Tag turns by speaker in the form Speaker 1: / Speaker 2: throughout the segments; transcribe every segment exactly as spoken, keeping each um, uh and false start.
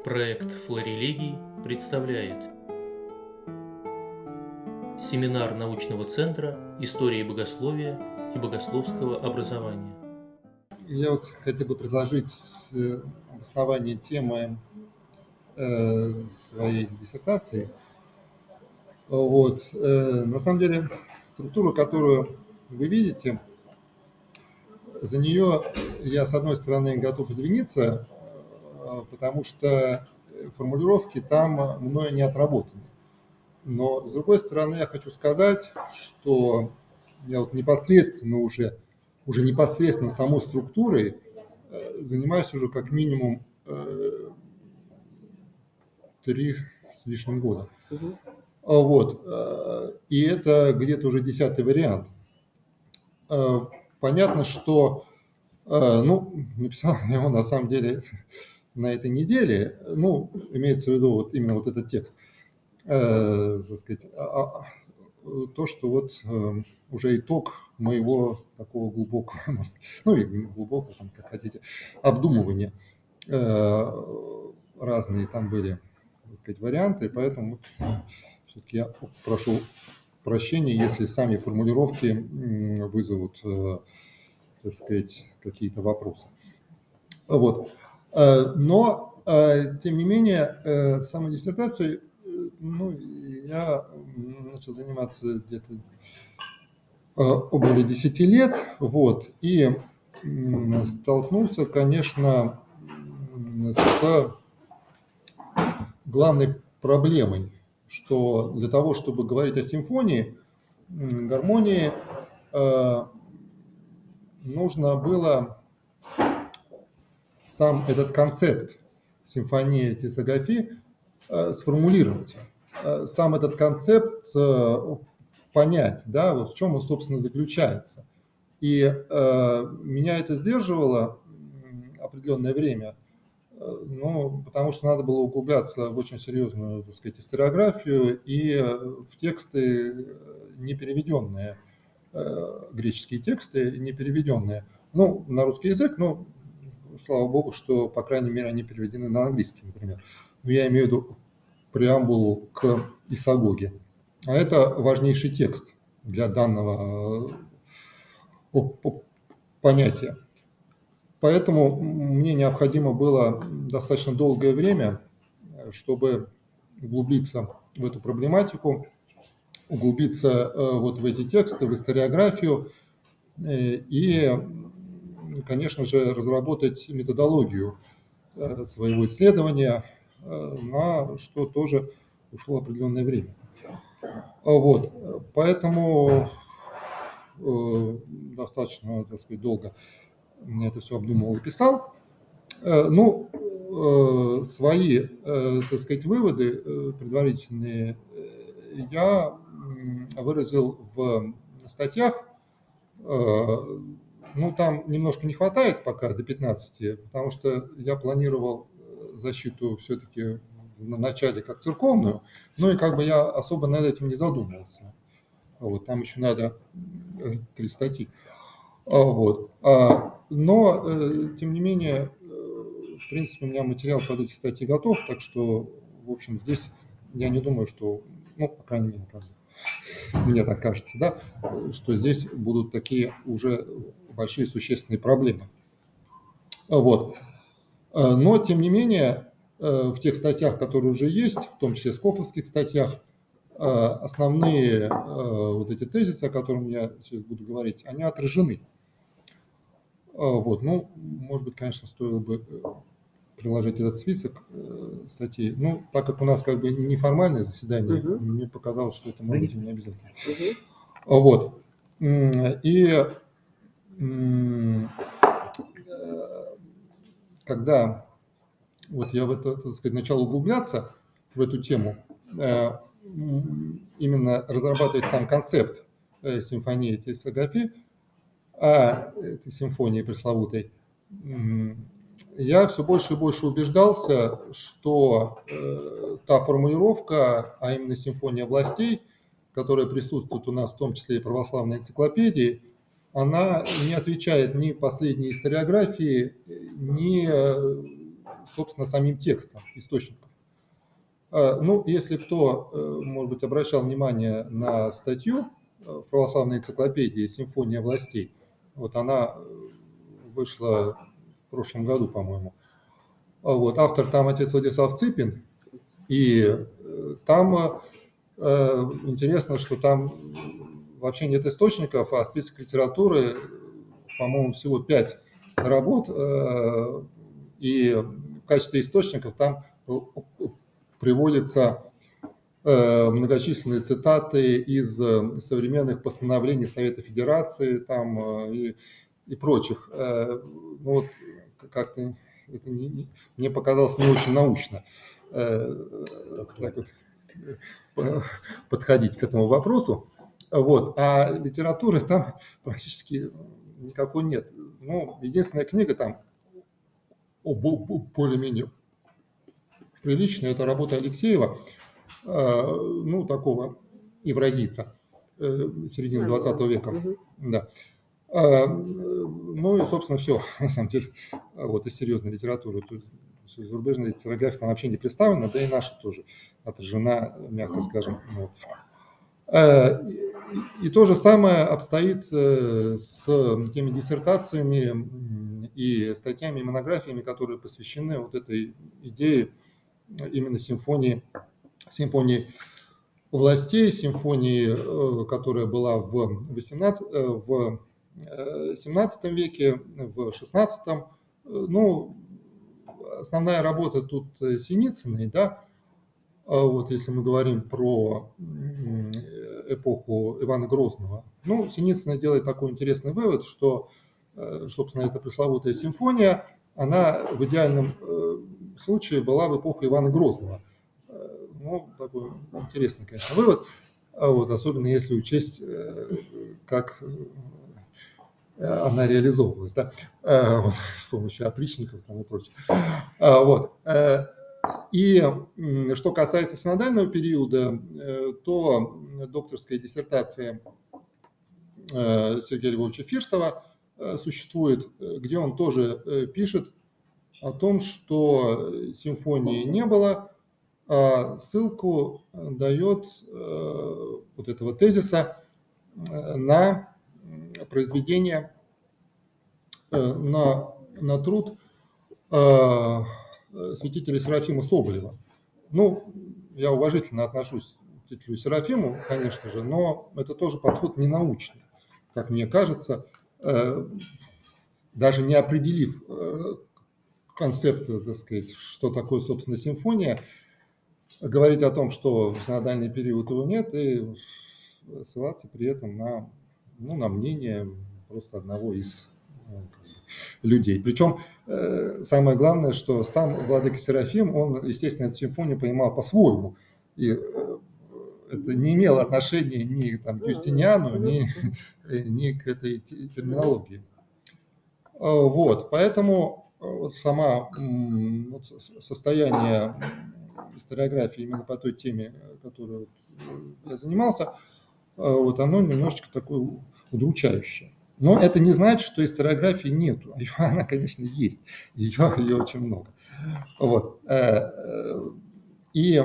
Speaker 1: Проект «Флорелегий» представляет семинар научного центра истории богословия и богословского образования.
Speaker 2: Я вот хотел бы предложить обоснование темы э, своей диссертации. Вот. Э, на самом деле, структуру, которую вы видите, за нее я, с одной стороны, готов извиниться, э, потому что формулировки там мною не отработаны. Но, с другой стороны, я хочу сказать, что я вот непосредственно уже, уже непосредственно самой структурой э, занимаюсь уже как минимум э, три с лишним года. Угу. Вот. Э, и это где-то уже десятый вариант. Э, понятно, что э, ну, написал я его на самом деле на этой неделе, ну, имеется в виду вот именно вот этот текст. Э, так сказать, а, а, то, что вот э, уже итог моего такого глубокого, ну и глубокого, там, как хотите, обдумывания. Э, разные там были, так сказать, варианты, поэтому все-таки я прошу прощения, если сами формулировки вызовут, э, так сказать, какие-то вопросы. Вот. Но, тем не менее, самой диссертацией, ну, я начал заниматься где-то более десяти лет, вот, и столкнулся, конечно, с главной проблемой, что для того, чтобы говорить о симфонии, гармонии, нужно было сам этот концепт симфонии Тис Агафи сформулировать, сам этот концепт понять, да, вот в чем он, собственно, заключается. И э, меня это сдерживало определенное время, ну, потому что надо было углубляться в очень серьезную, так сказать, историографию и в тексты не переведенные, э, греческие тексты не переведенные, ну, на русский язык, но слава богу, что, по крайней мере, они переведены на английский, например. Но я имею в виду преамбулу к Исагоге. А это важнейший текст для данного понятия. Поэтому мне необходимо было достаточно долгое время, чтобы углубиться в эту проблематику, углубиться вот в эти тексты, в историографию и, конечно же, разработать методологию своего исследования, на что тоже ушло определенное время. Вот. Поэтому э, достаточно, так сказать, долго это все обдумывал и писал. Э, ну, э, свои, э, так сказать, выводы э, предварительные э, я выразил в статьях. Э, ну, там немножко не хватает пока до пятнадцати, потому что я планировал защиту все-таки в начале как церковную, ну и как бы я особо над этим не задумывался. Вот, там еще надо три статьи. Вот. Но, тем не менее, в принципе, у меня материал под эти статьи готов, так что, в общем, здесь я не думаю, что, ну, по крайней мере, правда, мне так кажется, да, что здесь будут такие уже большие существенные проблемы. Вот. Но, тем не менее, в тех статьях, которые уже есть, в том числе в скоповских статьях, основные вот эти тезисы, о которых я сейчас буду говорить, они отражены. Вот. Ну, может быть, конечно, стоило бы приложить этот список статей. Ну, так как у нас как бы неформальное заседание, uh-huh. мне показалось, что это может быть и не обязательно. Uh-huh. Вот. И когда вот я в это, так сказать, начал углубляться в эту тему, именно разрабатывать сам концепт симфонии Тис Агафи, а этой симфонии пресловутой, я все больше и больше убеждался, что э, та формулировка, а именно симфония властей, которая присутствует у нас в том числе и в православной энциклопедии, она не отвечает ни последней историографии, ни собственно, самим текстом источников. Ну, если кто, может быть, обращал внимание на статью в православной энциклопедии «Симфония властей», вот она вышла в прошлом году, по-моему. Вот, автор там отец Владислав Цыпин, и там э, интересно, что там вообще нет источников, а список литературы, по-моему, всего пять работ, э, и в качестве источников там приводятся э, многочисленные цитаты из современных постановлений Совета Федерации там, э, и, и прочих. Э, ну, вот как-то это не, не, мне показалось не очень научно э, так вот, э, подходить к этому вопросу. Вот. А литературы там практически никакой нет. Ну, единственная книга там более-менее приличная, это работа Алексеева, ну, такого евразийца середины двадцатого века. Да. Ну и, собственно, все, на самом деле, вот из серьезной литературы. Зарубежная литература там вообще не представлена, да и наша тоже отражена, мягко скажем. Вот. И то же самое обстоит с теми диссертациями и статьями, и монографиями, которые посвящены вот этой идее именно симфонии, симфонии властей, симфонии, которая была в, восемнадцатом, в семнадцатом веке, в шестнадцатом. Ну, основная работа тут Синицыной, да, вот если мы говорим про эпоху Ивана Грозного. Ну, Синицына делает такой интересный вывод, что, собственно, эта пресловутая симфония, она в идеальном случае была в эпоху Ивана Грозного. Ну, такой интересный, конечно, вывод, вот, особенно если учесть, как она реализовывалась, да, вот, с помощью опричников там, и прочее. Вот. И что касается синодального периода, то докторская диссертация Сергея Львовича Фирсова существует, где он тоже пишет о том, что симфонии не было, а ссылку дает вот этого тезиса на произведение, на, на труд святителя Серафима Соболева. Ну, я уважительно отношусь к святителю Серафиму, конечно же, но это тоже подход не научный, как мне кажется, даже не определив концепт, так сказать, что такое, собственно, симфония, говорить о том, что в синодальный период его нет, и ссылаться при этом на, ну, на мнение просто одного из людей. Причем самое главное, что сам владыка Серафим, он, естественно, эту симфонию понимал по-своему. И это не имело отношения ни там, к Юстиниану, ни, ни к этой терминологии. Вот, поэтому вот сама вот состояние историографии именно по той теме, которой вот я занимался, вот оно немножечко такое удручающее. Но это не значит, что историографии нету. Ее, она, конечно, есть. Ее, ее очень много. Вот. И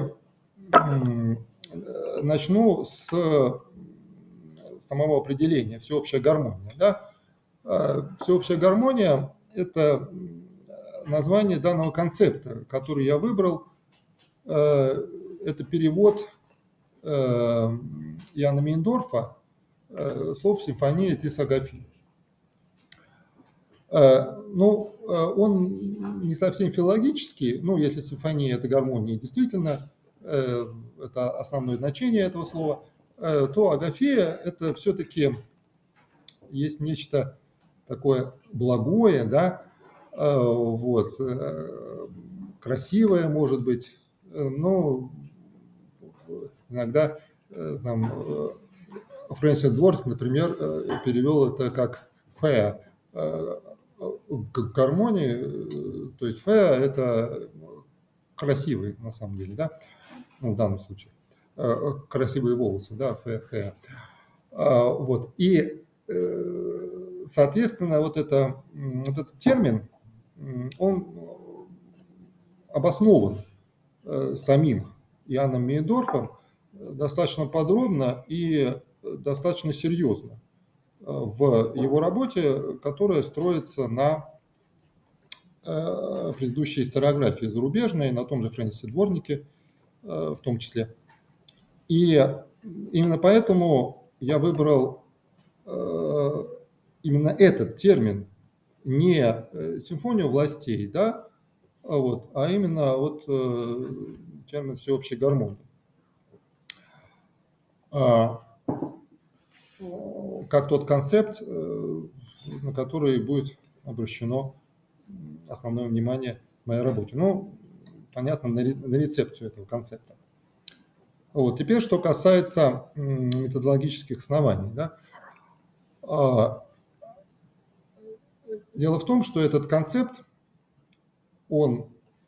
Speaker 2: начну с самого определения. Всеобщая гармония. Да? Всеобщая гармония – это название данного концепта, который я выбрал. Это перевод Иоанна Мейндорфа слов симфонии Тис Агафи. Ну, он не совсем филологический, ну, если симфония – это гармония, действительно, это основное значение этого слова, то Агафея – это все-таки есть нечто такое благое, да, вот, красивое, может быть, но иногда там Фрэнсис Дворк, например, перевел это как «феа», к гармонии, то есть «феа» – это красивый, на самом деле, да, ну, в данном случае, красивые волосы, да, «феа», «феа». Вот, и, соответственно, вот, это, вот этот термин, он обоснован самим Иоанном Мейндорфом достаточно подробно и достаточно серьезно в его работе, которая строится на предыдущей историографии зарубежной, на том же Фрэнсисе Дворнике в том числе. И именно поэтому я выбрал именно этот термин, не симфонию властей, да, вот, а именно вот термин всеобщей гармонии. Как тот концепт, на который будет обращено основное внимание в моей работе. Ну, понятно, на рецепцию этого концепта. Вот. Теперь, что касается методологических оснований. Да? Дело в том, что этот концепт, он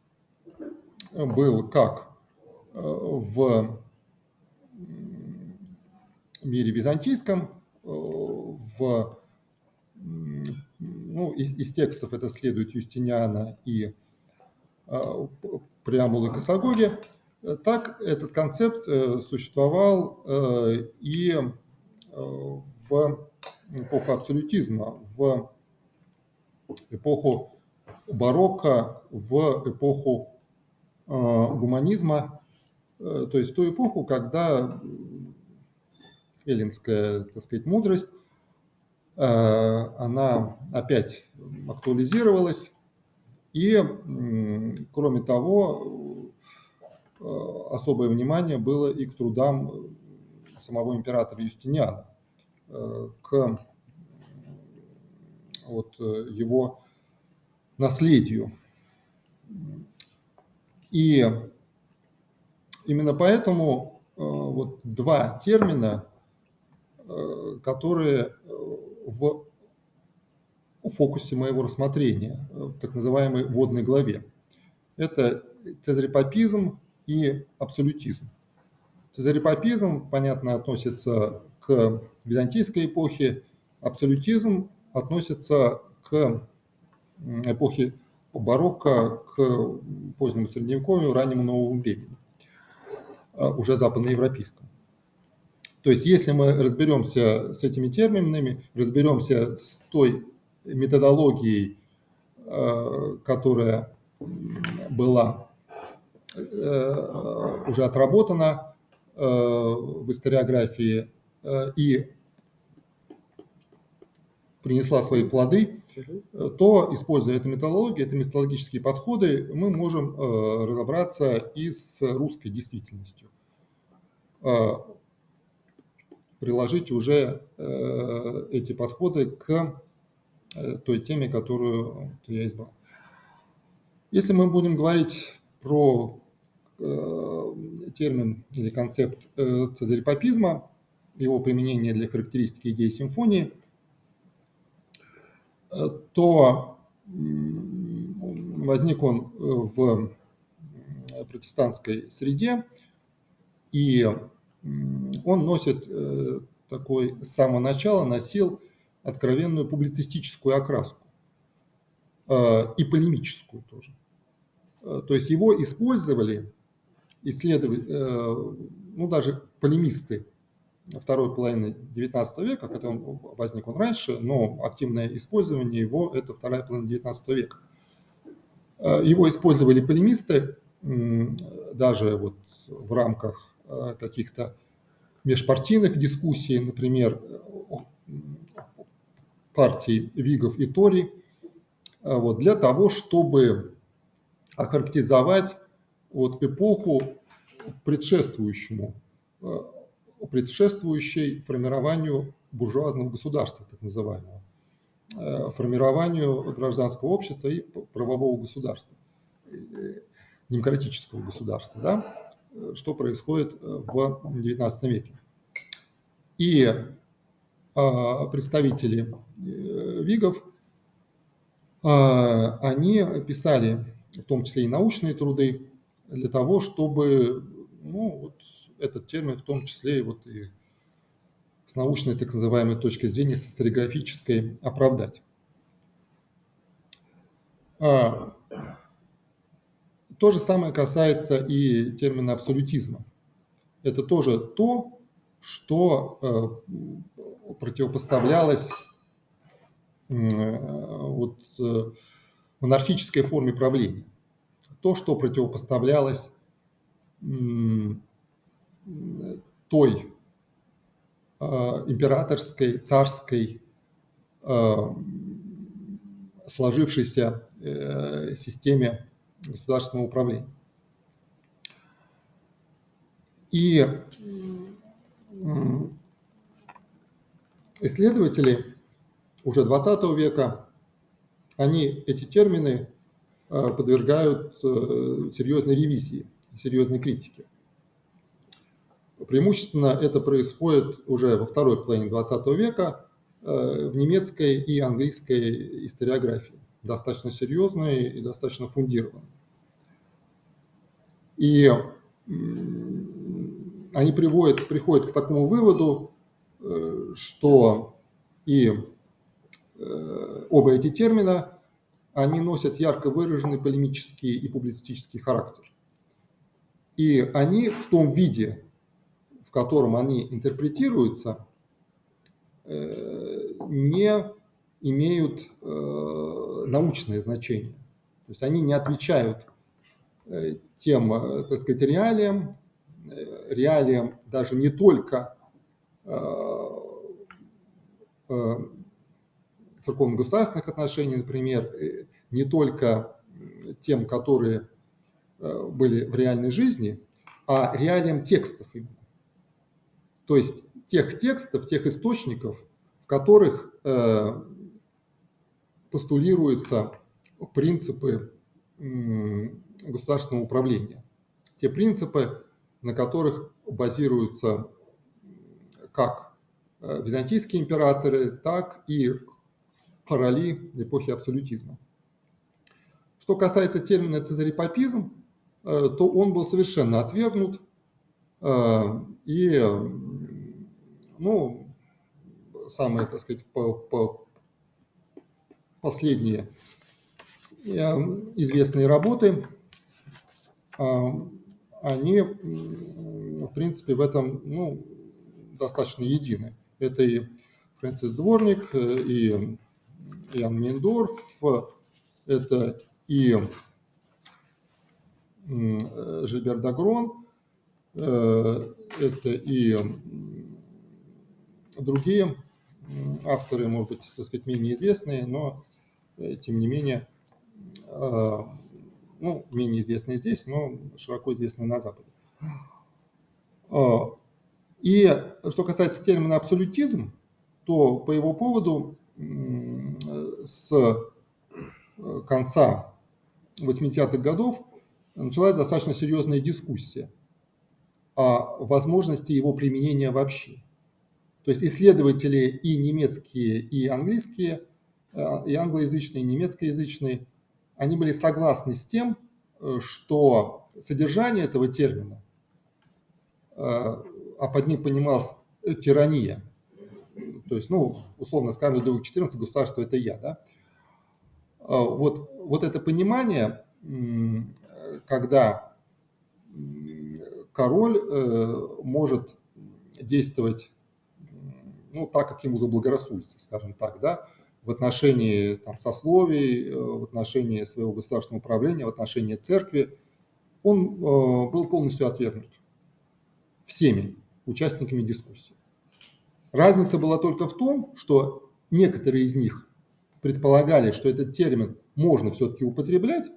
Speaker 2: был как в мире византийском, в, ну, из, из текстов это следует Юстиниана и преамбулы Косогоги, так этот концепт существовал и в эпоху абсолютизма, в эпоху барокко, в эпоху гуманизма, то есть в ту эпоху, когда эллинская, так сказать, мудрость, она опять актуализировалась, и, кроме того, особое внимание было и к трудам самого императора Юстиниана, к вот его наследию. И именно поэтому вот два термина, которые в фокусе моего рассмотрения, в так называемой вводной главе, это цезарепапизм и абсолютизм. Цезарепапизм, понятно, относится к византийской эпохе, абсолютизм относится к эпохе барокко, к позднему средневековью, раннему новому времени, уже западноевропейскому. То есть, если мы разберемся с этими терминами, разберемся с той методологией, которая была уже отработана в историографии и принесла свои плоды, то, используя эту методологию, эти методологические подходы, мы можем разобраться и с русской действительностью, приложить уже эти подходы к той теме, которую я избрал. Если мы будем говорить про термин или концепт цезарепапизма, его применение для характеристики идеи симфонии, то возник он в протестантской среде, и он носит такой, с самого начала носил откровенную публицистическую окраску и полемическую тоже. То есть его использовали исследователи, ну даже полемисты второй половины девятнадцатого века, хотя он возник он раньше, но активное использование его это вторая половина девятнадцатого века. Его использовали полемисты даже вот в рамках каких-то межпартийных дискуссий, например, партий Вигов и Тори, вот, для того, чтобы охарактеризовать вот эпоху предшествующему, предшествующей формированию буржуазного государства, так называемого, формированию гражданского общества и правового государства, демократического государства, да, что происходит в девятнадцатом веке. И представители Вигов, они писали в том числе и научные труды для того, чтобы, ну, вот этот термин в том числе и, вот, и с научной так называемой точки зрения, с историографической оправдать. То То же самое касается и термина абсолютизма. Это тоже то, что противопоставлялось вот монархической форме правления. То, что противопоставлялось той императорской, царской, сложившейся системе государственного управления. И исследователи уже двадцатого века, они эти термины подвергают серьезной ревизии, серьезной критике. Преимущественно это происходит уже во второй половине двадцатого века в немецкой и английской историографии, достаточно серьезной и достаточно фундированной. И они приводят, приходят к такому выводу, что и оба эти термина, они носят ярко выраженный полемический и публицистический характер. И они в том виде, в котором они интерпретируются, не имеют научное значение. То есть они не отвечают тем, так сказать, реалиям, реалиям даже не только церковно-государственных отношений, например, не только тем, которые были в реальной жизни, а реалиям текстов именно. То есть тех текстов, тех источников, в которых постулируются принципы государственного управления. Те принципы, на которых базируются как византийские императоры, так и короли эпохи абсолютизма. Что касается термина цезарепапизм, то он был совершенно отвергнут. И, ну, самые, так сказать, по, по последние известные работы, они, в принципе, в этом, ну, достаточно едины. Это и Фрэнсис Дворник, и Ян Мейндорф, это и Жильбер Дагрон, это и другие авторы, может быть, так сказать, менее известные, но, тем не менее, ну, менее известные здесь, но широко известные на Западе. И что касается термина абсолютизм, то по его поводу с конца восьмидесятых годов началась достаточно серьезная дискуссия о возможности его применения вообще. То есть исследователи и немецкие, и английские, и англоязычные, и немецкоязычные, они были согласны с тем, что содержание этого термина, а под ним понималась тирания, то есть, ну, условно скажем, Людовик четырнадцатый, государство это я, да? Вот, вот это понимание, когда король может действовать, ну, так, как ему заблагорассудится, скажем так, да, в отношении там, сословий, в отношении своего государственного управления, в отношении церкви, он был полностью отвергнут всеми участниками дискуссии. Разница была только в том, что некоторые из них предполагали, что этот термин можно все-таки употреблять,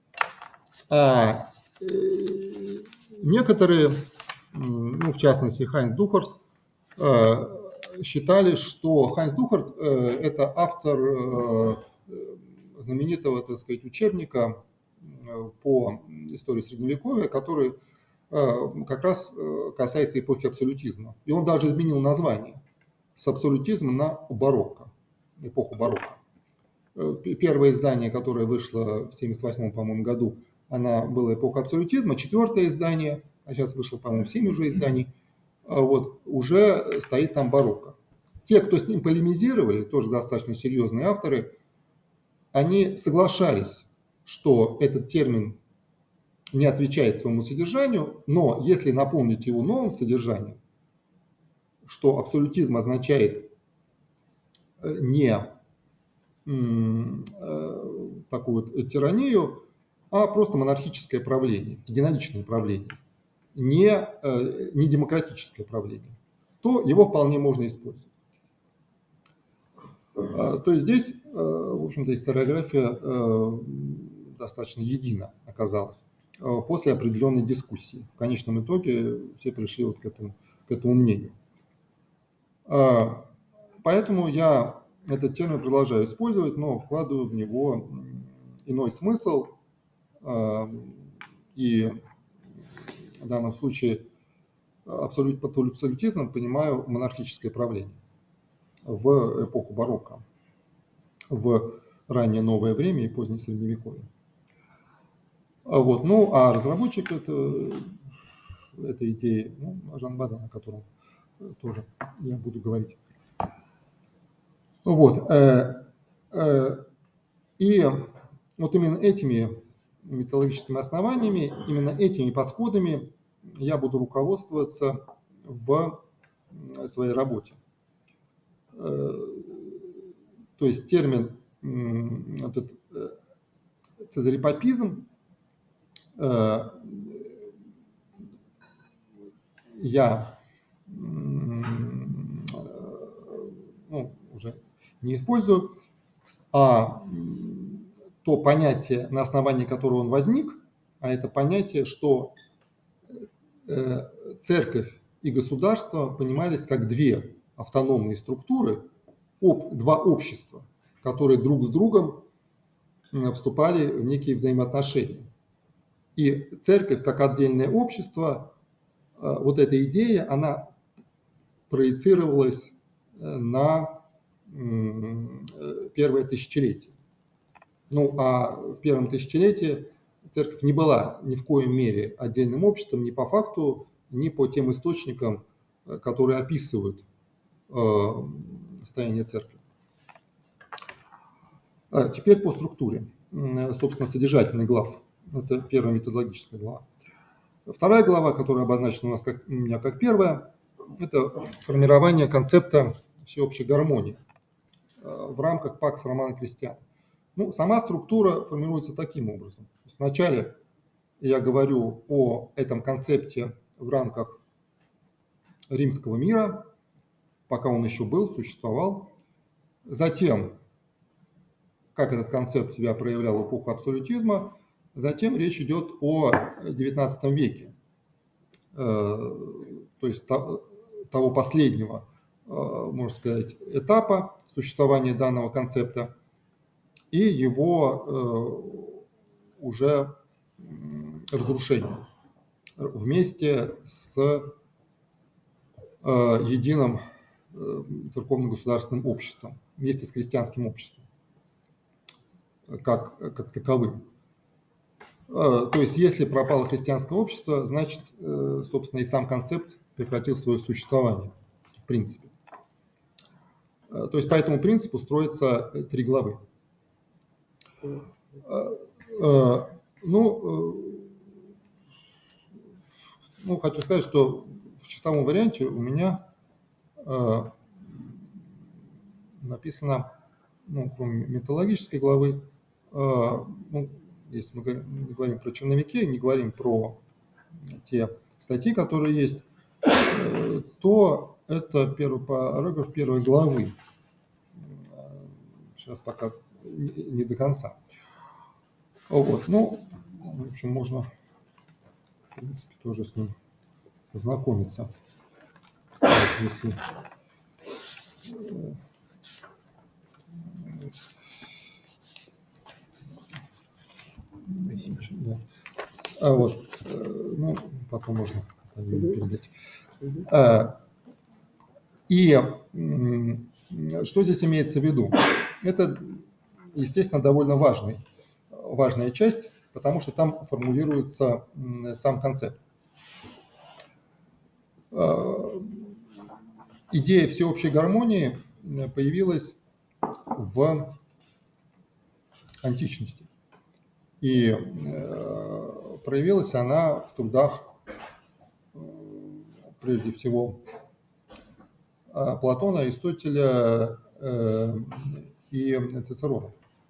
Speaker 2: а некоторые, ну, в частности Хайнц Духарт, считали, что Хайнц Духарт – это автор знаменитого, так сказать, учебника по истории Средневековья, который как раз касается эпохи абсолютизма. И он даже изменил название с абсолютизма на барокко, эпоху барокко. Первое издание, которое вышло в семьдесят восьмом, по-моему, году, она была эпоха абсолютизма. Четвертое издание, а сейчас вышло, по-моему, семь уже изданий, вот, уже стоит там барокко. Те, кто с ним полемизировали, тоже достаточно серьезные авторы, они соглашались, что этот термин не отвечает своему содержанию, но если наполнить его новым содержанием, что абсолютизм означает не такую вот тиранию, а просто монархическое правление, единоличное правление, не, не демократическое правление, то его вполне можно использовать. То есть здесь, в общем-то, историография достаточно едина оказалась после определенной дискуссии. В конечном итоге все пришли вот к этому, к этому мнению. Поэтому я этот термин продолжаю использовать, но вкладываю в него иной смысл. И в данном случае абсолют, под абсолютизмом понимаю монархическое правление в эпоху барокко, в раннее новое время и позднее средневековье. Вот. Ну, а разработчик это, этой идеи, ну, Жан Бадан, о котором тоже я буду говорить. Вот. И вот именно этими методологическими основаниями, именно этими подходами я буду руководствоваться в своей работе. То есть термин этот цезарепапизм я ну, уже не использую, а то понятие, на основании которого он возник, а это понятие, что церковь и государство понимались как две автономные структуры, два общества, которые друг с другом вступали в некие взаимоотношения. И церковь как отдельное общество, вот эта идея, она проецировалась на первое тысячелетие. Ну, а в первом тысячелетии церковь не была ни в коем мере отдельным обществом, ни по факту, ни по тем источникам, которые описывают состояние церкви. А теперь по структуре, собственно, содержательных глав. Это первая методологическая глава. Вторая глава, которая обозначена у нас как, у меня как первая, это формирование концепта всеобщей гармонии в рамках Пакс Романа Кристиана. Ну, сама структура формируется таким образом. Вначале я говорю о этом концепте в рамках римского мира, пока он еще был, существовал. Затем, как этот концепт себя проявлял в эпоху абсолютизма. Затем речь идет о девятнадцатом веке, то есть того последнего, можно сказать, этапа существования данного концепта и его уже разрушения вместе с единым церковно-государственным обществом, вместе с христианским обществом как, как таковым. То есть, если пропало христианское общество, значит, собственно, и сам концепт прекратил свое существование, в принципе. То есть, по этому принципу строятся три главы. Ну, ну, хочу сказать, что в чистом варианте у меня написано, ну, кроме методологической главы, ну, если мы говорим, говорим про черновики, не говорим про те статьи, которые есть, то это первый параграф первой главы. Сейчас пока не до конца. Вот, ну, в общем, можно, в принципе, тоже с ним познакомиться. Вот, если... Да. А вот, ну, потом можно передать. И что здесь имеется в виду? Это, естественно, довольно важный, важная часть, потому что там формулируется сам концепт. Идея всеобщей гармонии появилась в античности. И проявилась она в трудах, прежде всего, Платона, Аристотеля и Цицерона.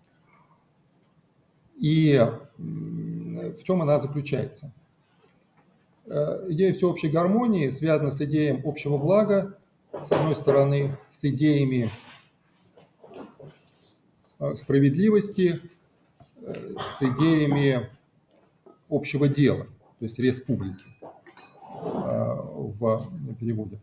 Speaker 2: И в чем она заключается? Идея всеобщей гармонии связана с идеей общего блага, с одной стороны, с идеями справедливости, с идеями общего дела, то есть республики в переводе.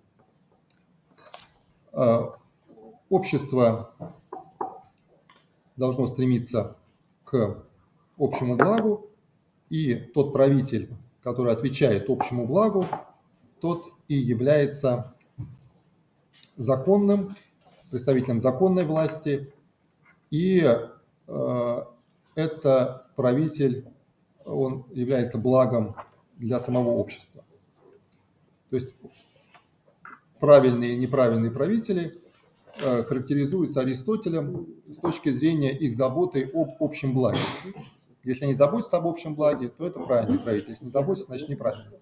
Speaker 2: Общество должно стремиться к общему благу, и тот правитель, который отвечает общему благу, тот и является законным, представителем законной власти, и э, это правитель, он является благом для самого общества. То есть правильные и неправильные правители э, характеризуются Аристотелем с точки зрения их заботы об общем благе. Если они заботятся об общем благе, то это правильный правитель. Если не заботятся, значит неправильный.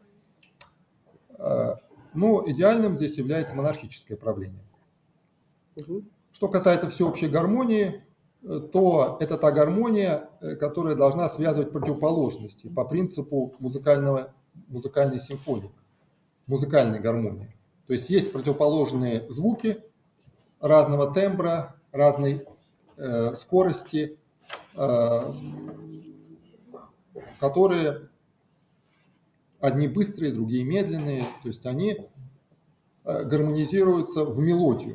Speaker 2: Э, но идеальным здесь является монархическое правление. Что касается всеобщей гармонии, то это та гармония, которая должна связывать противоположности по принципу музыкального, музыкальной симфонии, музыкальной гармонии. То есть есть противоположные звуки разного тембра, разной э, скорости, э, которые одни быстрые, другие медленные, то есть они э, гармонизируются в мелодию.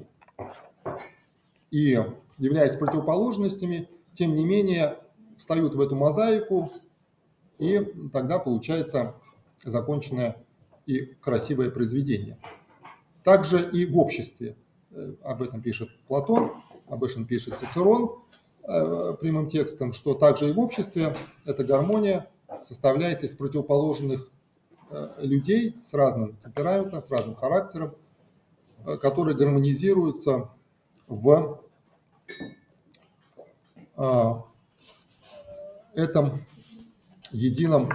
Speaker 2: И, являясь противоположностями, тем не менее, встают в эту мозаику, и тогда получается законченное и красивое произведение. Также и в обществе. Об этом пишет Платон, об этом пишет Цицерон прямым текстом, что также и в обществе эта гармония составляется из противоположных людей с разным темпераментом, с разным характером, которые гармонизируются в этом едином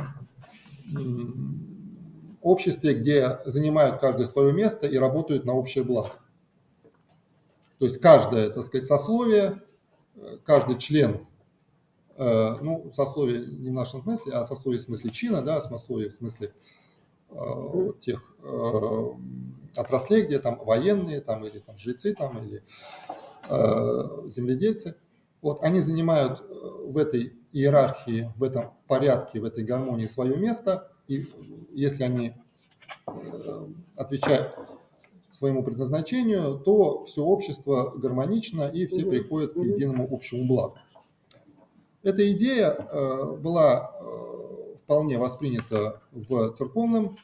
Speaker 2: обществе, где занимают каждое свое место и работают на общее благо. То есть каждое, так сказать, сословие, каждый член, ну, сословие не в нашем смысле, а сословие в смысле чина, да, сословие в смысле вот тех отраслей, где там военные, там, или там жрецы, там, или э, земледельцы, вот, они занимают в этой иерархии, в этом порядке, в этой гармонии свое место, и если они э, отвечают своему предназначению, то все общество гармонично, и все приходят к единому общему благу. Эта идея э, была э, вполне воспринята в церковном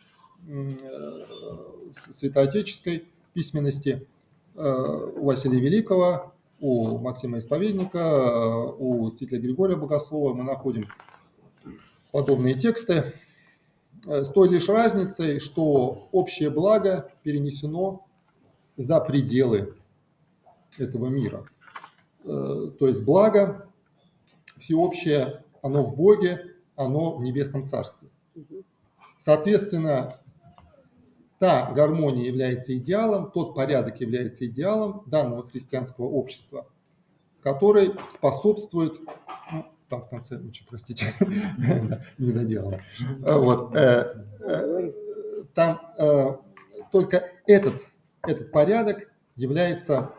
Speaker 2: святоотеческой письменности у Василия Великого, у Максима Исповедника, у святителя Григория Богослова мы находим подобные тексты, с той лишь разницей, что общее благо перенесено за пределы этого мира. То есть благо всеобщее, оно в Боге, оно в Небесном Царстве. Соответственно, та гармония является идеалом, тот порядок является идеалом данного христианского общества, который способствует, ну, там в конце, лучше, простите, не доделал, вот, там только этот, этот порядок является,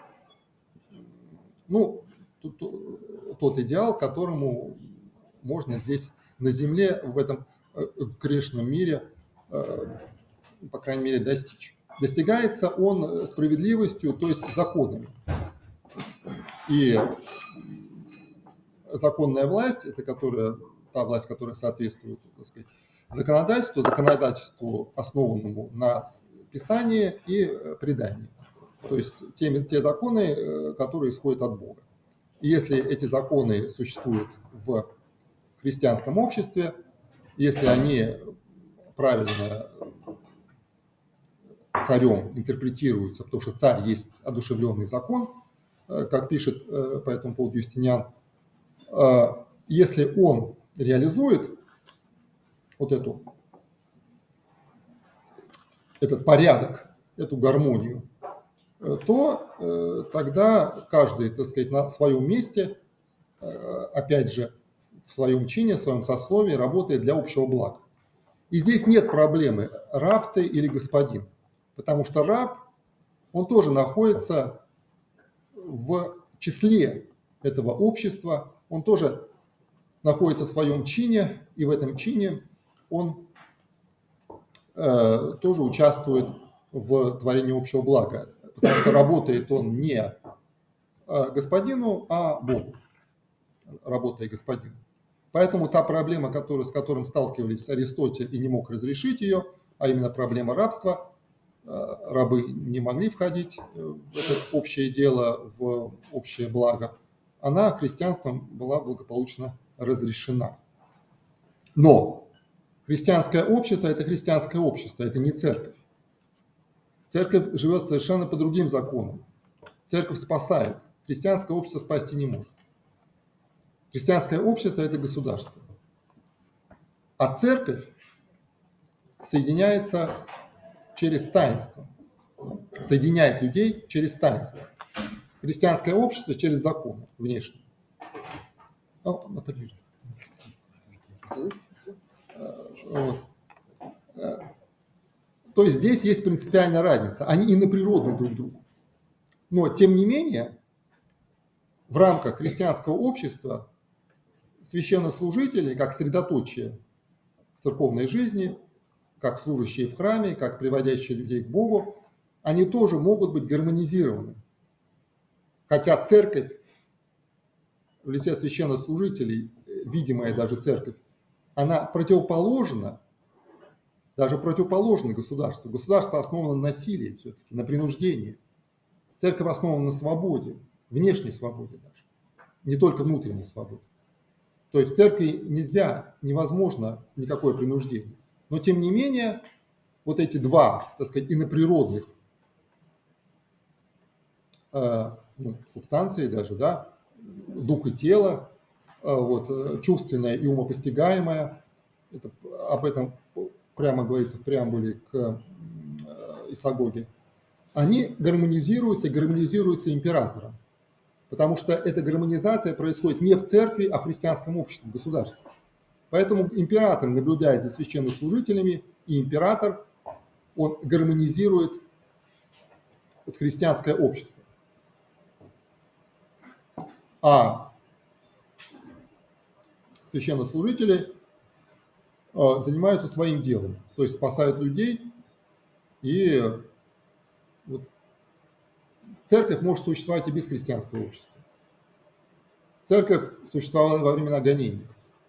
Speaker 2: ну, тот идеал, которому можно здесь на земле, в этом грешном мире, по крайней мере, достичь. Достигается он справедливостью, то есть законами. И законная власть, это которая, та власть, которая соответствует, так сказать, законодательству, законодательству, основанному на Писании и предании. То есть те, те законы, которые исходят от Бога. И если эти законы существуют в христианском обществе, если они правильно царем интерпретируются, потому что царь есть одушевленный закон, как пишет по этому поводу Юстиниан, если он реализует вот эту, этот порядок, эту гармонию, то э, тогда каждый, так сказать, на своем месте, э, опять же, в своем чине, в своем сословии работает для общего блага. И здесь нет проблемы, раб ты или господин, потому что раб, он тоже находится в числе этого общества, он тоже находится в своем чине, и в этом чине он э, тоже участвует в творении общего блага, потому что работает он не э, господину, а Богу, работая господину. Поэтому та проблема, которая, с которой сталкивались Аристотель и не мог разрешить ее, а именно проблема рабства, э, рабы не могли входить в это общее дело, в общее благо, она христианством была благополучно разрешена. Но христианское общество – это христианское общество, это не церковь. Церковь живет совершенно по другим законам. Церковь спасает, христианское общество спасти не может. Христианское общество – это государство. А церковь соединяется через таинство, соединяет людей через таинство. Христианское общество через законы внешние. О, например. Вот. То есть здесь есть принципиальная разница. Они иноприродны друг другу. Но, тем не менее, в рамках христианского общества священнослужители, как средоточие церковной жизни, как служащие в храме, как приводящие людей к Богу, они тоже могут быть гармонизированы. Хотя церковь в лице священнослужителей, видимая даже церковь, она противоположна, даже противоположна государству. Государство основано на насилии все-таки, на принуждении. Церковь основана на свободе, внешней свободе даже, не только внутренней свободе. То есть в церкви нельзя, невозможно никакое принуждение. Но тем не менее, вот эти два, так сказать, иноприродных э, ну, субстанции даже, да, дух и тело, э, вот, чувственное и умопостигаемое, это, об этом прямо говорится в преамбуле к э, Исагоге, они гармонизируются, гармонизируются императором. Потому что эта гармонизация происходит не в церкви, а в христианском обществе, в государстве. Поэтому император наблюдает за священнослужителями, и император, он гармонизирует вот христианское общество. А священнослужители занимаются своим делом, то есть спасают людей, и вот церковь может существовать и без христианского общества. Церковь существовала во времена гонений.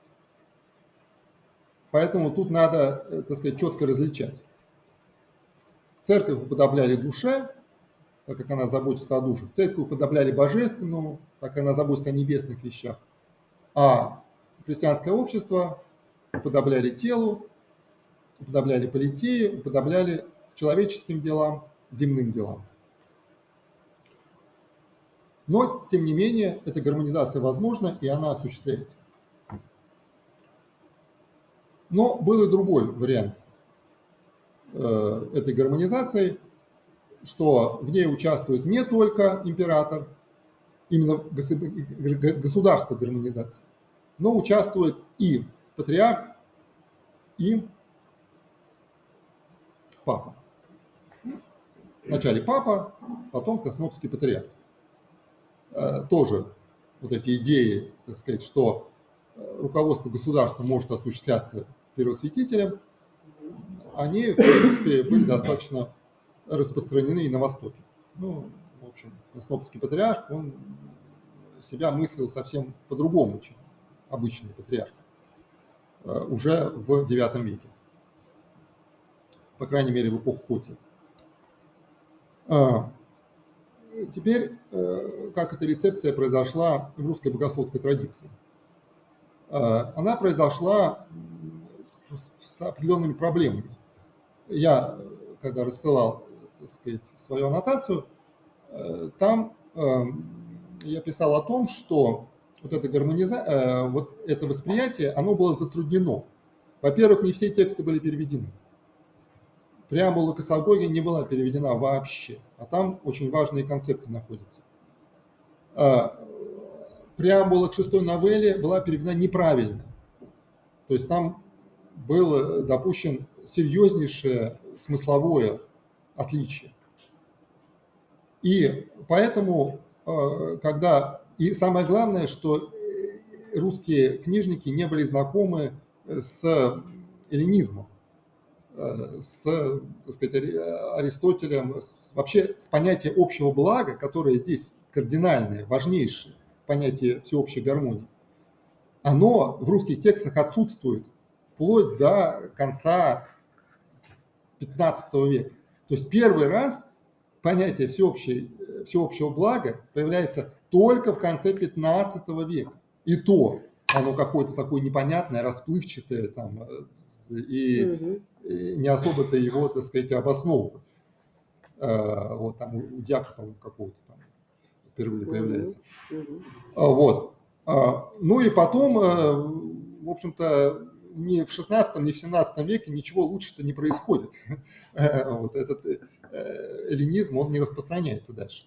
Speaker 2: Поэтому тут надо, так сказать, четко различать. Церковь уподобляли душе, так как она заботится о душах. Церковь уподобляли божественному, так как она заботится о небесных вещах. А христианское общество уподобляли телу, уподобляли политее, уподобляли человеческим делам, земным делам. Но, тем не менее, эта гармонизация возможна, и она осуществляется. Но был и другой вариант э, этой гармонизации, что в ней участвует не только император, именно государство гармонизации, но участвует и патриарх, и папа. Вначале папа, потом Константинопольский патриарх. Э, тоже вот эти идеи, так сказать, что руководство государства может осуществляться первосвятителем, они, в принципе, были достаточно распространены и на Востоке. Ну, в общем, Константинопольский патриарх, он себя мыслил совсем по-другому, чем обычный патриарх, уже в девятом веке, по крайней мере, в эпоху Фотия. Теперь, как эта рецепция произошла в русской богословской традиции? Она произошла с определенными проблемами. Я, когда рассылал, так сказать, свою аннотацию, там я писал о том, что вот это, гармониза... вот это восприятие, оно было затруднено. Во-первых, не все тексты были переведены. Преамбула к Исагоге не была переведена вообще, а там очень важные концепты находятся. Преамбула к шестой новелле была переведена неправильно. То есть там было допущен серьезнейшее смысловое отличие. И поэтому, когда... И самое главное, что русские книжники не были знакомы с эллинизмом, с, так сказать, Аристотелем, с, вообще с понятием общего блага, которое здесь кардинальное, важнейшее, понятие всеобщей гармонии. Оно в русских текстах отсутствует вплоть до конца пятнадцатого века. То есть первый раз понятие всеобщей, всеобщего блага появляется только в конце пятнадцатого века. И то оно какое-то такое непонятное, расплывчатое там, и, угу. и не особо-то его, так сказать, обосновывают. Вот там у Дьяка, по-моему, какого-то там впервые появляется. Угу. Вот. Ну и потом, в общем-то, ни в шестнадцатом, ни в семнадцатом веке ничего лучше-то не происходит. Вот этот эллинизм, он не распространяется дальше.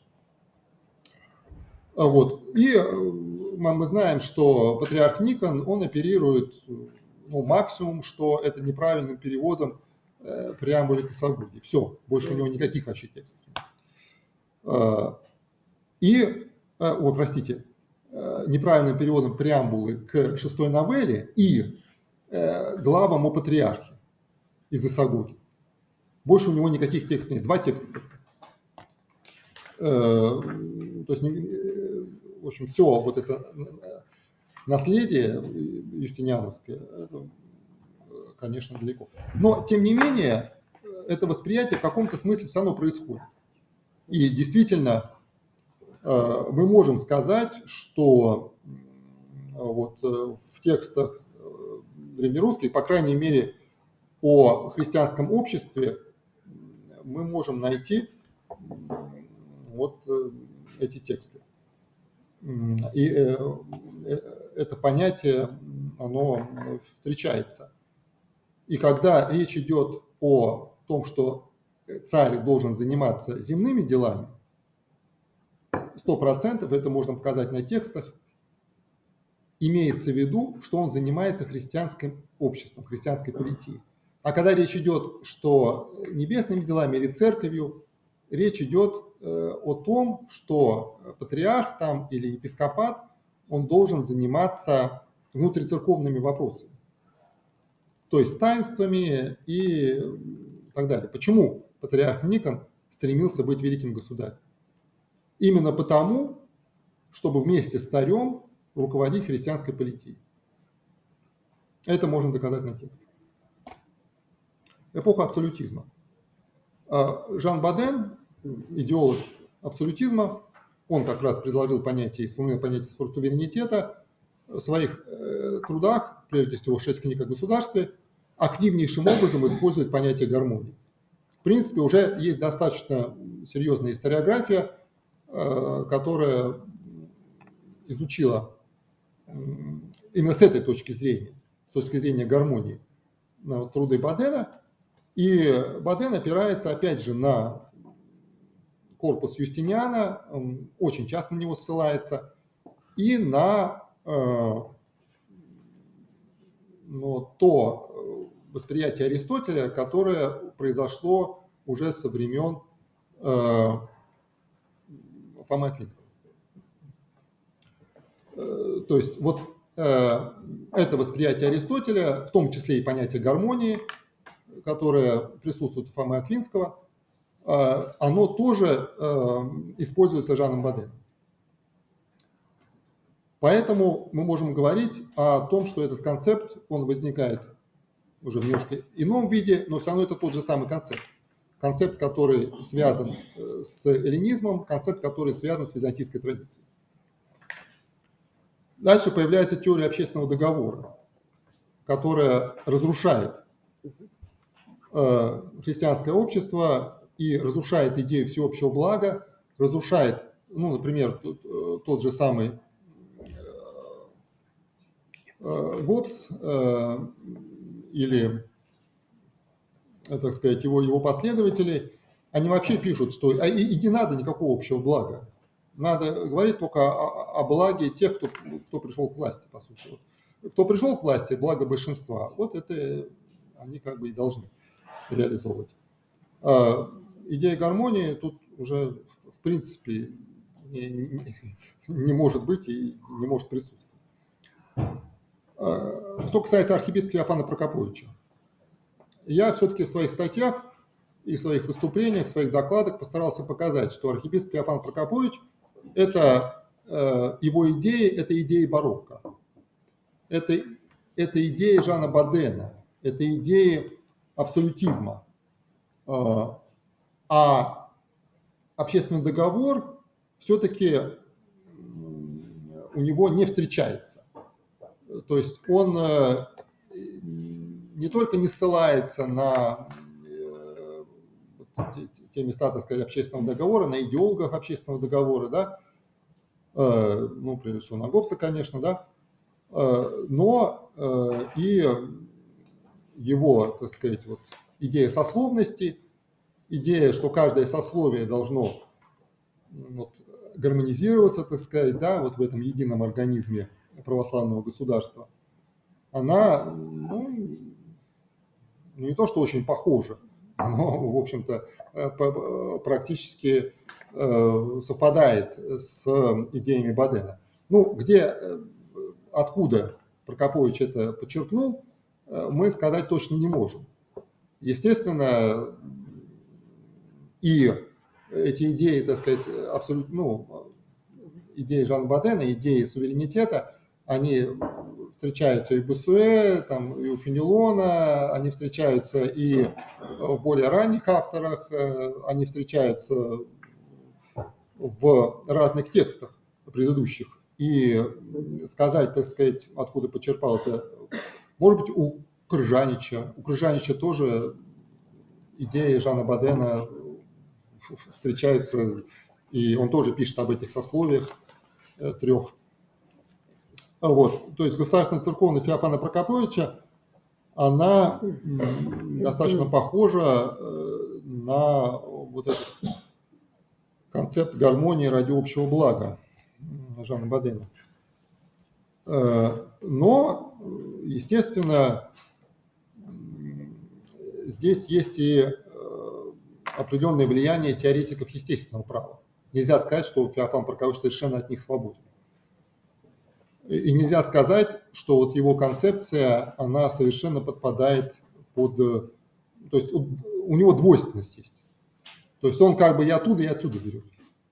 Speaker 2: Вот. И мы знаем, что патриарх Никон, он оперирует, ну, максимум, что это неправильным переводом преамбулы к Исагоге. Все, больше у него никаких вообще текстов нет. И, о, простите, неправильным переводом преамбулы к шестой новелле и главам о патриархе из Исагоги. Больше у него никаких текстов нет, два текста только. То есть, в общем, все вот это наследие юстиниановское, это, конечно, далеко. Но, тем не менее, это восприятие в каком-то смысле все равно происходит. И действительно, мы можем сказать, что вот в текстах древнерусских, по крайней мере, о христианском обществе, мы можем найти вот эти тексты. И это понятие, оно встречается. И когда речь идет о том, что царь должен заниматься земными делами, сто процентов это можно показать на текстах, имеется в виду, что он занимается христианским обществом, христианской политией. А когда речь идет, что небесными делами или церковью, речь идет о том, что патриарх там или епископат, он должен заниматься внутрицерковными вопросами. То есть таинствами и так далее. Почему патриарх Никон стремился быть великим государем? Именно потому, чтобы вместе с царем руководить христианской политикой. Это можно доказать на текстах. Эпоха абсолютизма. Жан Боден, идеолог абсолютизма, он как раз предложил понятие, сформулировал понятие суверенитета в своих трудах, прежде всего «Шесть книг о государстве», активнейшим образом использует понятие гармонии. В принципе, уже есть достаточно серьезная историография, которая изучила именно с этой точки зрения, с точки зрения гармонии, труды Бодена. И Боден опирается, опять же, на корпус Юстиниана, он очень часто на него ссылается, и на э, ну, то восприятие Аристотеля, которое произошло уже со времен э, Фомы Аквинского. Э, то есть вот э, это восприятие Аристотеля, в том числе и понятие гармонии, которое присутствует у Фомы Аквинского, оно тоже используется Жаном Боденом. Поэтому мы можем говорить о том, что этот концепт, он возникает уже в немножко ином виде, но все равно это тот же самый концепт. Концепт, который связан с эллинизмом, концепт, который связан с византийской традицией. Дальше появляется теория общественного договора, которая разрушает христианское общество и разрушает идею всеобщего блага, разрушает, ну, например, тот, тот же самый э, Гоббс, э, или, так сказать, его, его последователи, они вообще пишут, что и, и не надо никакого общего блага. Надо говорить только о, о благе тех, кто, кто пришел к власти, по сути. Вот. Кто пришел к власти, благо большинства, вот это они как бы и должны реализовывать. А идея гармонии тут уже в принципе не, не, не может быть и не может присутствовать. Что касается архиепископа Феофана Прокоповича, я все-таки в своих статьях и в своих выступлениях, в своих докладах постарался показать, что архиепископ Феофан Прокопович – это э, его идеи, это идеи барокко, это, это идеи Жана Бодена, это идеи абсолютизма. Э, а общественный договор все-таки у него не встречается. То есть он э, не только не ссылается на э, те, те места, так сказать, общественного договора, на идеологов общественного договора, да, э, ну, прежде всего на Гоббса, конечно, да, э, но э, и его, так сказать, вот, идея сословности, идея, что каждое сословие должно вот, гармонизироваться, так сказать, да, вот в этом едином организме православного государства, она, ну, не то что очень похожа, оно, в общем-то, практически совпадает с идеями Бодена. Ну, где, откуда Прокопович это подчеркнул, мы сказать точно не можем. Естественно, и эти идеи, так сказать, абсолютно, ну, идеи Жана Бодена, идеи суверенитета, они встречаются и в Боссуэ, там, и у Фенелона, они встречаются и в более ранних авторах, они встречаются в разных текстах предыдущих. И сказать, так сказать, откуда почерпал это, может быть, у Крыжанича. У Крыжанича тоже идеи Жана Бодена встречаются, и он тоже пишет об этих сословиях трех. Вот. То есть государственная церковность Феофана Прокоповича, она достаточно похожа на вот этот концепт гармонии ради общего блага Жана Бодена. Но, естественно, здесь есть и определенное влияние теоретиков естественного права. Нельзя сказать, что Феофан Прокопович совершенно от них свободен. И нельзя сказать, что вот его концепция, она совершенно подпадает под... То есть у него двойственность есть. То есть он как бы и оттуда, и отсюда берет.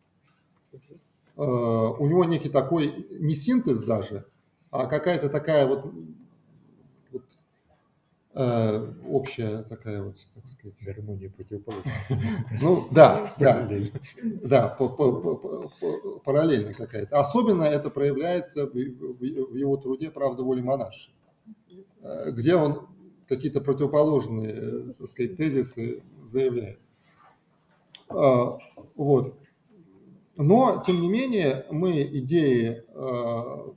Speaker 2: У него некий такой, не синтез даже, а какая-то такая вот, вот э, общая такая вот, так сказать...
Speaker 3: Гармония противоположная.
Speaker 2: Ну да, да, да, параллельно какая-то. Особенно это проявляется в его труде «Правда, воля монашества», где он какие-то противоположные, так сказать, тезисы заявляет. Вот. Но, тем не менее, мы идеи, о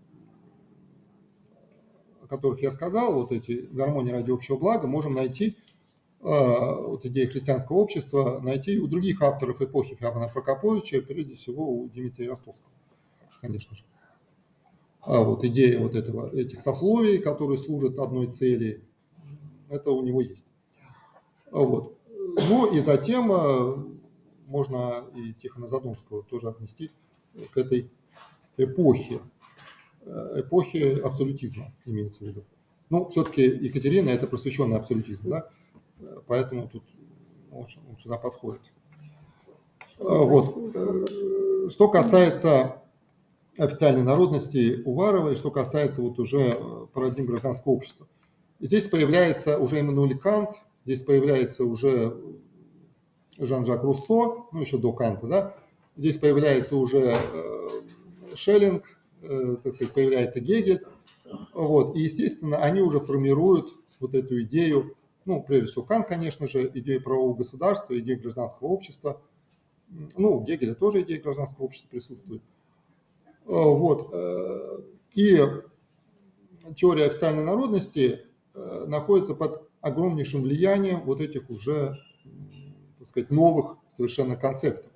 Speaker 2: которых я сказал, вот эти гармонии ради общего блага, можем найти, вот идеи христианского общества, найти у других авторов эпохи Феофана Прокоповича, прежде всего у Дмитрия Ростовского, конечно же. А вот идея вот этого, этих сословий, которые служат одной цели, это у него есть. Вот. Ну и затем можно и Тихона Задонского тоже отнести к этой эпохе, эпохе абсолютизма, имеется в виду. Ну, все-таки Екатерина – это просвещенный абсолютизм, да? Поэтому тут он сюда подходит. Вот. Что касается официальной народности Уваровой, что касается вот уже парадигм гражданского общества. Здесь появляется уже Эммануэль Кант, здесь появляется уже Жан-Жак Руссо, ну еще до Канта, да, здесь появляется уже Шеллинг, так сказать, появляется Гегель, вот, и, естественно, они уже формируют вот эту идею, ну, прежде всего Кант, конечно же, идею правового государства, идею гражданского общества, ну, у Гегеля тоже идея гражданского общества присутствует, вот, и теория официальной народности находится под огромнейшим влиянием вот этих уже, так сказать, новых совершенно концептов.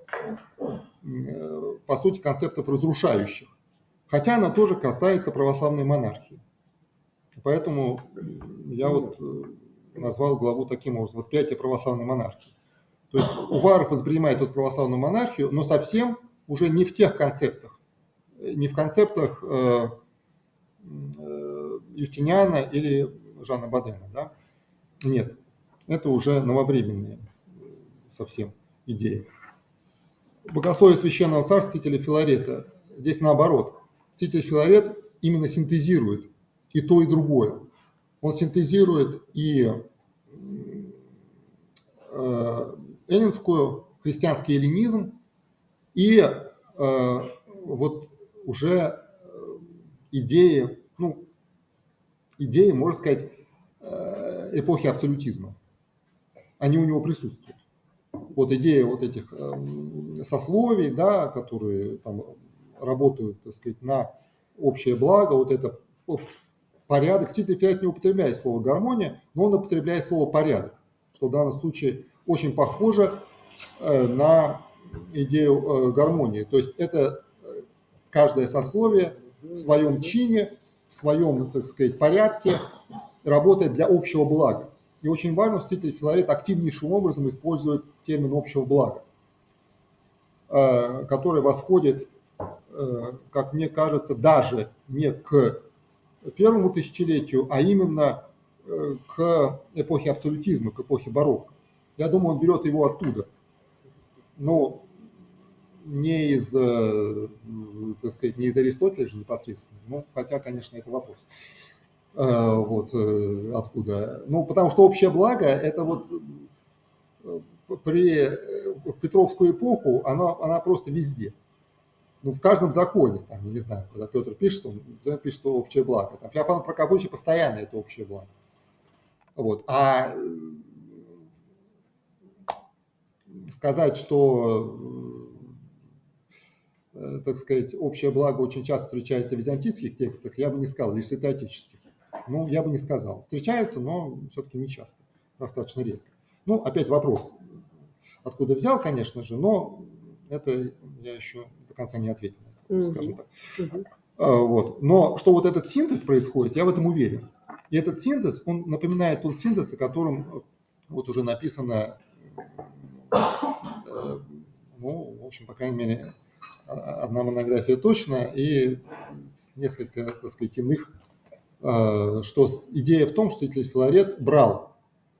Speaker 2: По сути, концептов разрушающих. Хотя она тоже касается православной монархии. Поэтому я вот назвал главу таким образом: «Восприятие православной монархии». То есть Уваров воспринимает эту православную монархию, но совсем уже не в тех концептах, не в концептах э, э, Юстиниана или Жана Бодена. Да? Нет, это уже нововременные совсем идеи. Богословие Священного Царства святителя Филарета здесь наоборот. Святитель Филарет именно синтезирует и то, и другое. Он синтезирует и э, эллинскую, христианский эллинизм, и э, вот уже идеи, ну, идеи, можно сказать, э, эпохи абсолютизма. Они у него присутствуют. Вот идея вот этих э, сословий, да, которые там работают, так сказать, на общее благо, вот это порядок. Святитель Филарет не употребляет слово гармония, но он употребляет слово порядок, что в данном случае очень похоже э, на идею э, гармонии. То есть это каждое сословие в своем чине, в своем, так сказать, порядке работает для общего блага. И очень важно, что святитель Филарет активнейшим образом использует термин общего блага, э, который восходит, э, как мне кажется, даже не к первому тысячелетию, а именно э, к эпохе абсолютизма, к эпохе барокко. Я думаю, он берет его оттуда. Но не из, э, так сказать, не из Аристотеля же непосредственно, ну, хотя, конечно, это вопрос. Э, вот э, откуда. Ну, потому что общее благо, это вот э, при, в Петровскую эпоху, она, она просто везде. Ну, в каждом законе, там, я не знаю, когда Петр пишет, он пишет, что общее благо. Там Феофан Прокопович постоянно это общее благо. Вот. А сказать, что, так сказать, общее благо очень часто встречается в византийских текстах, я бы не сказал, или святоотеческих. Ну, я бы не сказал. Встречается, но все-таки не часто, достаточно редко. Ну, опять вопрос, откуда взял, конечно же, но это я еще до конца не ответил, скажем так. Вот. Но что вот этот синтез происходит, я в этом уверен. И этот синтез, он напоминает тот синтез, о котором вот уже написано, ну, в общем, по крайней мере, одна монография точно, и несколько, так сказать, иных, что идея в том, что святитель Филарет брал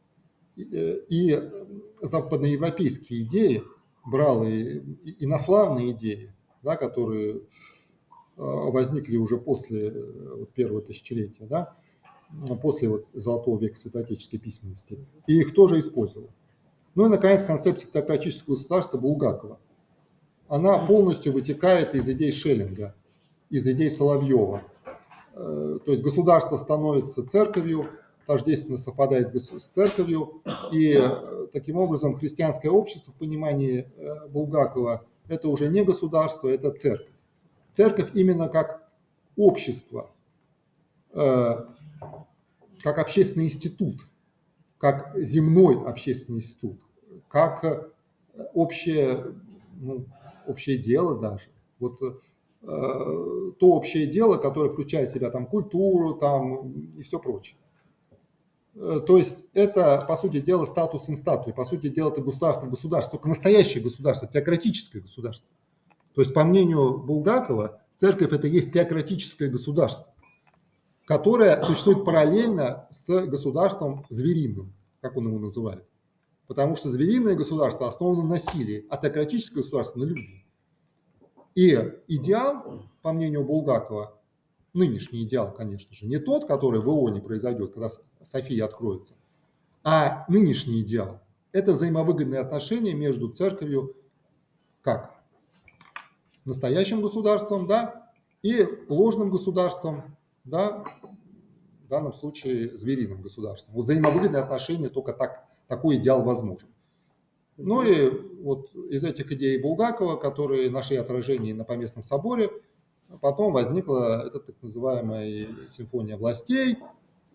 Speaker 2: и западноевропейские идеи, брал и инославные идеи, да, которые возникли уже после вот, первого тысячелетия, да, после вот, золотого века святоотеческой письменности, и их тоже использовал. Ну и, наконец, концепция теократического государства Булгакова. Она полностью вытекает из идей Шеллинга, из идей Соловьева. То есть государство становится церковью, тождественно совпадает с церковью, и таким образом христианское общество в понимании Булгакова – это уже не государство, это церковь. Церковь именно как общество, как общественный институт, как земной общественный институт, как общее, ну, общее дело даже. Вот э, то общее дело, которое включает в себя там культуру там, и все прочее. То есть это, по сути дела, статус инстатуи, по сути дела, это государство государство, только настоящее государство, теократическое государство. То есть, по мнению Булгакова, церковь это есть теократическое государство, которое существует параллельно с государством звериным, как он его называет. Потому что звериное государство основано на насилии, а теократическое государство на любви. И идеал, по мнению Булгакова, нынешний идеал, конечно же, не тот, который в Ионе произойдет, когда София откроется, а нынешний идеал – это взаимовыгодные отношения между церковью как настоящим государством, да, и ложным государством, да, в данном случае звериным государством. Вот взаимовыгодные отношения, только так, такой идеал возможен. Ну и вот из этих идей Булгакова, которые нашли отражение на Поместном соборе, потом возникла эта так называемая симфония властей,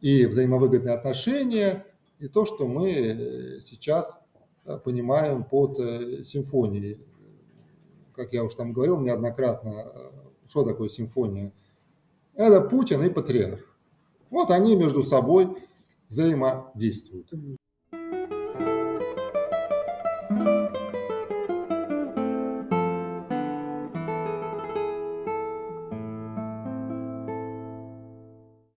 Speaker 2: и взаимовыгодные отношения, и то, что мы сейчас понимаем под симфонией. Как я уже там говорил неоднократно, что такое симфония? Это Путин и патриарх. Вот они между собой взаимодействуют.